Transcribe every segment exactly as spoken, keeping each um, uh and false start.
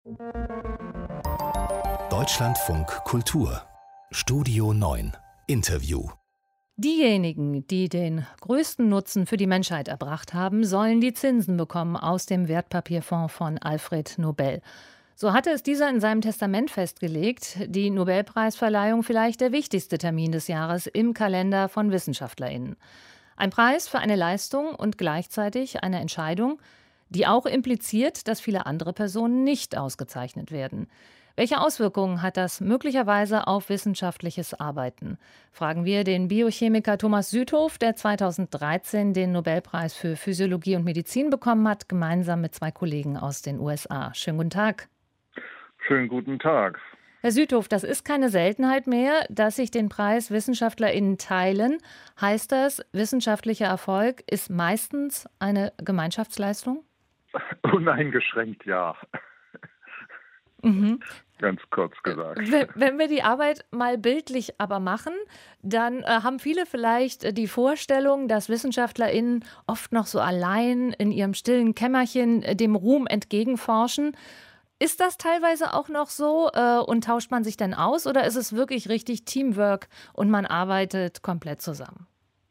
Deutschlandfunk Kultur Studio neun Interview. Diejenigen, die den größten Nutzen für die Menschheit erbracht haben, sollen die Zinsen bekommen aus dem Wertpapierfonds von Alfred Nobel. So hatte es dieser in seinem Testament festgelegt, die Nobelpreisverleihung vielleicht der wichtigste Termin des Jahres im Kalender von WissenschaftlerInnen. Ein Preis für eine Leistung und gleichzeitig eine Entscheidung, die auch impliziert, dass viele andere Personen nicht ausgezeichnet werden. Welche Auswirkungen hat das möglicherweise auf wissenschaftliches Arbeiten? Fragen wir den Biochemiker Thomas Südhof, der zweitausenddreizehn den Nobelpreis für Physiologie und Medizin bekommen hat, gemeinsam mit zwei Kollegen aus den U S A. Schönen guten Tag. Schönen guten Tag. Herr Südhof, das ist keine Seltenheit mehr, dass sich den Preis WissenschaftlerInnen teilen. Heißt das, wissenschaftlicher Erfolg ist meistens eine Gemeinschaftsleistung? Uneingeschränkt ja. Mhm. Ganz kurz gesagt. Wenn wir die Arbeit mal bildlich aber machen, dann äh, haben viele vielleicht äh, die Vorstellung, dass WissenschaftlerInnen oft noch so allein in ihrem stillen Kämmerchen äh, dem Ruhm entgegenforschen. Ist das teilweise auch noch so äh, und tauscht man sich dann aus oder ist es wirklich richtig Teamwork und man arbeitet komplett zusammen?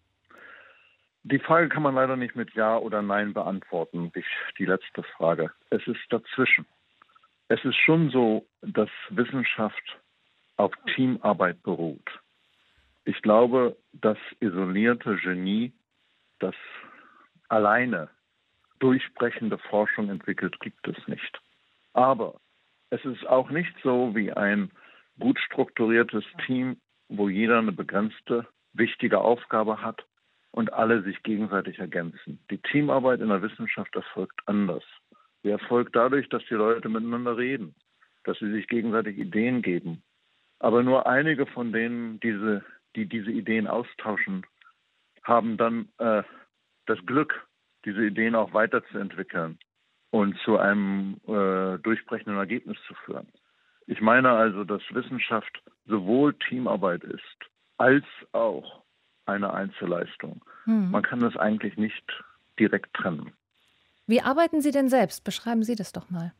Die Frage kann man leider nicht mit Ja oder Nein beantworten, die, die letzte Frage. Es ist dazwischen. Es ist schon so, dass Wissenschaft auf Teamarbeit beruht. Ich glaube, das isolierte Genie, das alleine durchbrechende Forschung entwickelt, gibt es nicht. Aber es ist auch nicht so wie ein gut strukturiertes Team, wo jeder eine begrenzte, wichtige Aufgabe hat und alle sich gegenseitig ergänzen. Die Teamarbeit in der Wissenschaft erfolgt anders. Sie erfolgt dadurch, dass die Leute miteinander reden, dass sie sich gegenseitig Ideen geben. Aber nur einige von denen, diese, die diese Ideen austauschen, haben dann äh, das Glück, diese Ideen auch weiterzuentwickeln und zu einem äh, durchbrechenden Ergebnis zu führen. Ich meine also, dass Wissenschaft sowohl Teamarbeit ist, als auch eine Einzelleistung. Mhm. Man kann das eigentlich nicht direkt trennen. Wie arbeiten Sie denn selbst? Beschreiben Sie das doch mal.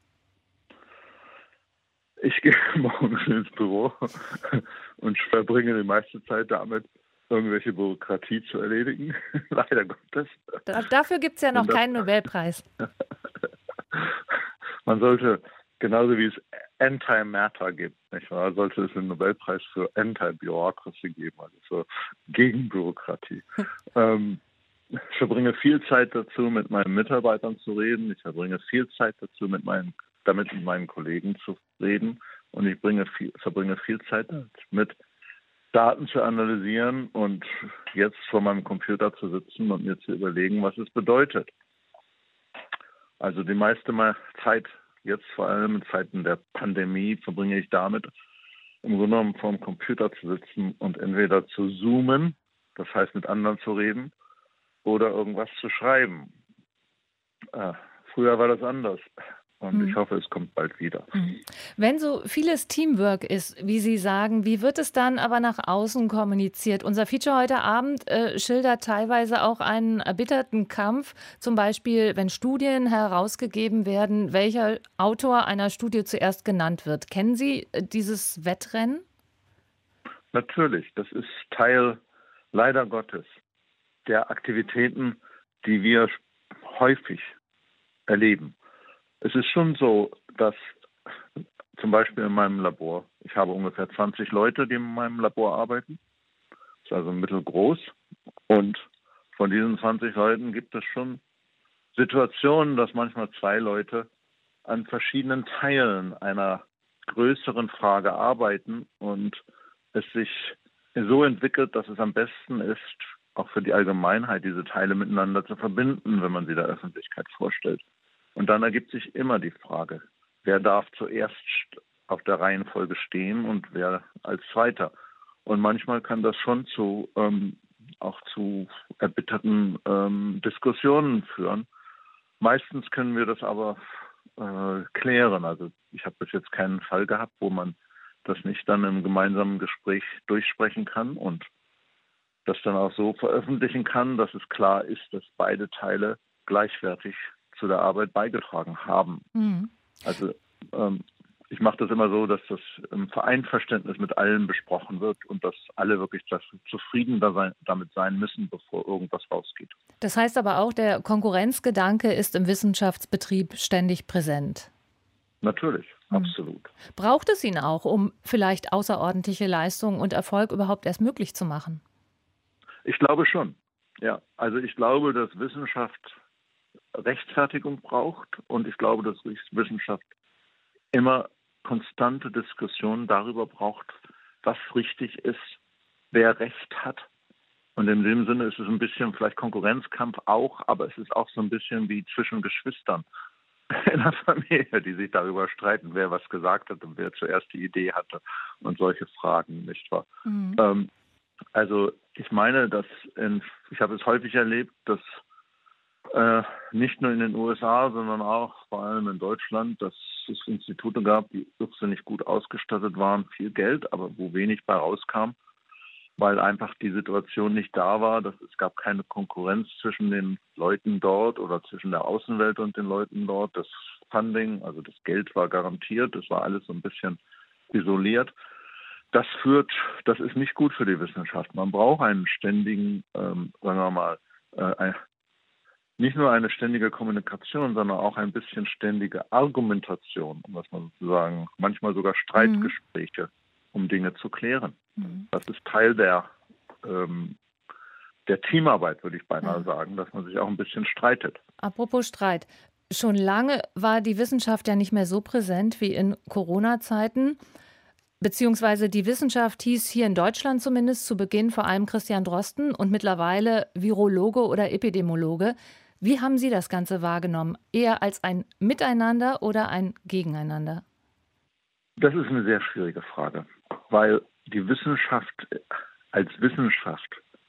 Ich gehe morgens ins Büro und verbringe die meiste Zeit damit, irgendwelche Bürokratie zu erledigen. Leider Gottes. Da, dafür gibt es ja noch keinen Nobelpreis. Man sollte, genauso wie es Anti-Matter gibt, nicht wahr, sollte es einen Nobelpreis für Anti-Bureaucracy geben, also für Gegenbürokratie. ähm, Ich verbringe viel Zeit dazu, mit meinen Mitarbeitern zu reden. Ich verbringe viel Zeit dazu, mit meinen, damit mit meinen Kollegen zu reden. Und ich bringe viel, verbringe viel Zeit damit, Daten zu analysieren und jetzt vor meinem Computer zu sitzen und mir zu überlegen, was es bedeutet. Also die meiste Zeit, jetzt vor allem in Zeiten der Pandemie, verbringe ich damit, im Grunde genommen vor dem Computer zu sitzen und entweder zu zoomen, das heißt mit anderen zu reden, oder irgendwas zu schreiben. Äh, früher war das anders und mhm. ich hoffe, es kommt bald wieder. Mhm. Wenn so vieles Teamwork ist, wie Sie sagen, wie wird es dann aber nach außen kommuniziert? Unser Feature heute Abend äh, schildert teilweise auch einen erbitterten Kampf, zum Beispiel, wenn Studien herausgegeben werden, welcher Autor einer Studie zuerst genannt wird. Kennen Sie äh, dieses Wettrennen? Natürlich, das ist Teil, leider Gottes, der Aktivitäten, die wir häufig erleben. Es ist schon so, dass zum Beispiel in meinem Labor, ich habe ungefähr zwanzig Leute, die in meinem Labor arbeiten, das ist also mittelgroß, und von diesen zwanzig Leuten gibt es schon Situationen, dass manchmal zwei Leute an verschiedenen Teilen einer größeren Frage arbeiten und es sich so entwickelt, dass es am besten ist, auch für die Allgemeinheit, diese Teile miteinander zu verbinden, wenn man sie der Öffentlichkeit vorstellt. Und dann ergibt sich immer die Frage, wer darf zuerst auf der Reihenfolge stehen und wer als Zweiter. Und manchmal kann das schon zu ähm, auch zu erbitterten ähm, Diskussionen führen. Meistens können wir das aber äh, klären. Also ich habe bis jetzt keinen Fall gehabt, wo man das nicht dann im gemeinsamen Gespräch durchsprechen kann und das dann auch so veröffentlichen kann, dass es klar ist, dass beide Teile gleichwertig zu der Arbeit beigetragen haben. Mhm. Also ähm, ich mache das immer so, dass das im Vereinverständnis mit allen besprochen wird und dass alle wirklich das zufrieden da sein, damit sein müssen, bevor irgendwas rausgeht. Das heißt aber auch, der Konkurrenzgedanke ist im Wissenschaftsbetrieb ständig präsent. Natürlich, Hm. absolut. Braucht es ihn auch, um vielleicht außerordentliche Leistungen und Erfolg überhaupt erst möglich zu machen? Ich glaube schon. Ja, also ich glaube, dass Wissenschaft Rechtfertigung braucht und ich glaube, dass Wissenschaft immer konstante Diskussionen darüber braucht, was richtig ist, wer Recht hat. Und in dem Sinne ist es ein bisschen vielleicht Konkurrenzkampf auch, aber es ist auch so ein bisschen wie zwischen Geschwistern in der Familie, die sich darüber streiten, wer was gesagt hat und wer zuerst die Idee hatte und solche Fragen, nicht wahr? Mhm. Ähm, also ich meine, dass in, ich habe es häufig erlebt, dass äh, nicht nur in den U S A, sondern auch vor allem in Deutschland, dass es Institute gab, die irrsinnig gut ausgestattet waren, viel Geld, aber wo wenig bei rauskam, weil einfach die Situation nicht da war, dass es gab keine Konkurrenz zwischen den Leuten dort oder zwischen der Außenwelt und den Leuten dort. Das Funding, also das Geld war garantiert, das war alles so ein bisschen isoliert. Das führt, das ist nicht gut für die Wissenschaft. Man braucht einen ständigen, ähm, sagen wir mal, äh, ein, nicht nur eine ständige Kommunikation, sondern auch ein bisschen ständige Argumentation, um das mal sozusagen, manchmal sogar Streitgespräche, mhm. um Dinge zu klären. Mhm. Das ist Teil der, ähm, der Teamarbeit, würde ich beinahe ja. sagen, dass man sich auch ein bisschen streitet. Apropos Streit. Schon lange war die Wissenschaft ja nicht mehr so präsent wie in Corona-Zeiten. Beziehungsweise die Wissenschaft hieß hier in Deutschland zumindest zu Beginn vor allem Christian Drosten und mittlerweile Virologe oder Epidemiologe. Wie haben Sie das Ganze wahrgenommen? Eher als ein Miteinander oder ein Gegeneinander? Das ist eine sehr schwierige Frage, weil die Wissenschaft als Wissenschaft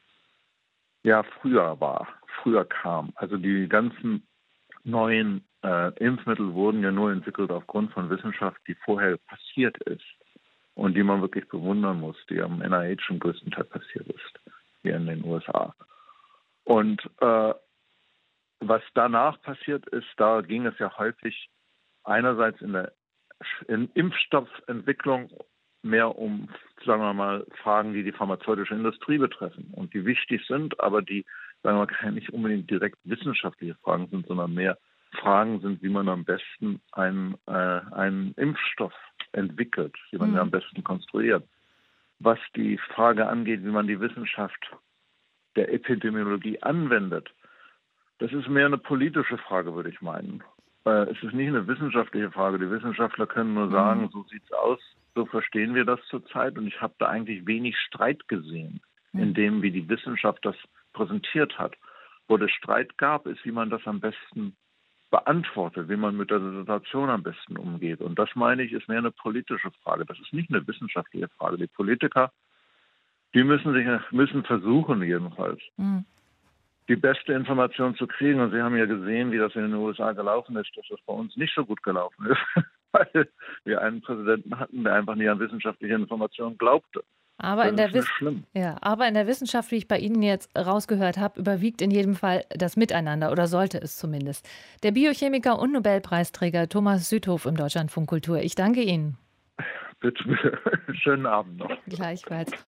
ja früher war, früher kam. Also die ganzen neuen äh, Impfmittel wurden ja nur entwickelt aufgrund von Wissenschaft, die vorher passiert ist und die man wirklich bewundern muss, die am N I H zum größten Teil passiert ist, hier in den U S A. Und äh, was danach passiert ist, da ging es ja häufig einerseits in der in Impfstoffentwicklung mehr um, sagen wir mal, Fragen, die die pharmazeutische Industrie betreffen und die wichtig sind, aber die, sagen wir mal, nicht unbedingt direkt wissenschaftliche Fragen sind, sondern mehr Fragen sind, wie man am besten einen, äh, einen Impfstoff entwickelt, wie man mhm. ihn am besten konstruiert. Was die Frage angeht, wie man die Wissenschaft der Epidemiologie anwendet, das ist mehr eine politische Frage, würde ich meinen. Äh, es ist nicht eine wissenschaftliche Frage. Die Wissenschaftler können nur sagen, mhm. so sieht's aus, so verstehen wir das zurzeit. Und ich habe da eigentlich wenig Streit gesehen, mhm. in dem, wie die Wissenschaft das präsentiert hat. Wo es Streit gab, ist, wie man das am besten beantwortet, wie man mit der Situation am besten umgeht. Und das, meine ich, ist mehr eine politische Frage. Das ist nicht eine wissenschaftliche Frage. Die Politiker, die müssen sich müssen versuchen, jedenfalls, mhm. die beste Information zu kriegen. Und Sie haben ja gesehen, wie das in den U S A gelaufen ist, dass das bei uns nicht so gut gelaufen ist, weil wir einen Präsidenten hatten, der einfach nicht an wissenschaftliche Informationen glaubte. Aber in, der Wiss- ja, aber in der Wissenschaft, wie ich bei Ihnen jetzt rausgehört habe, überwiegt in jedem Fall das Miteinander oder sollte es zumindest. Der Biochemiker und Nobelpreisträger Thomas Südhof im Deutschlandfunk Kultur. Ich danke Ihnen. Bitte, bitte. Schönen Abend noch. Gleichfalls.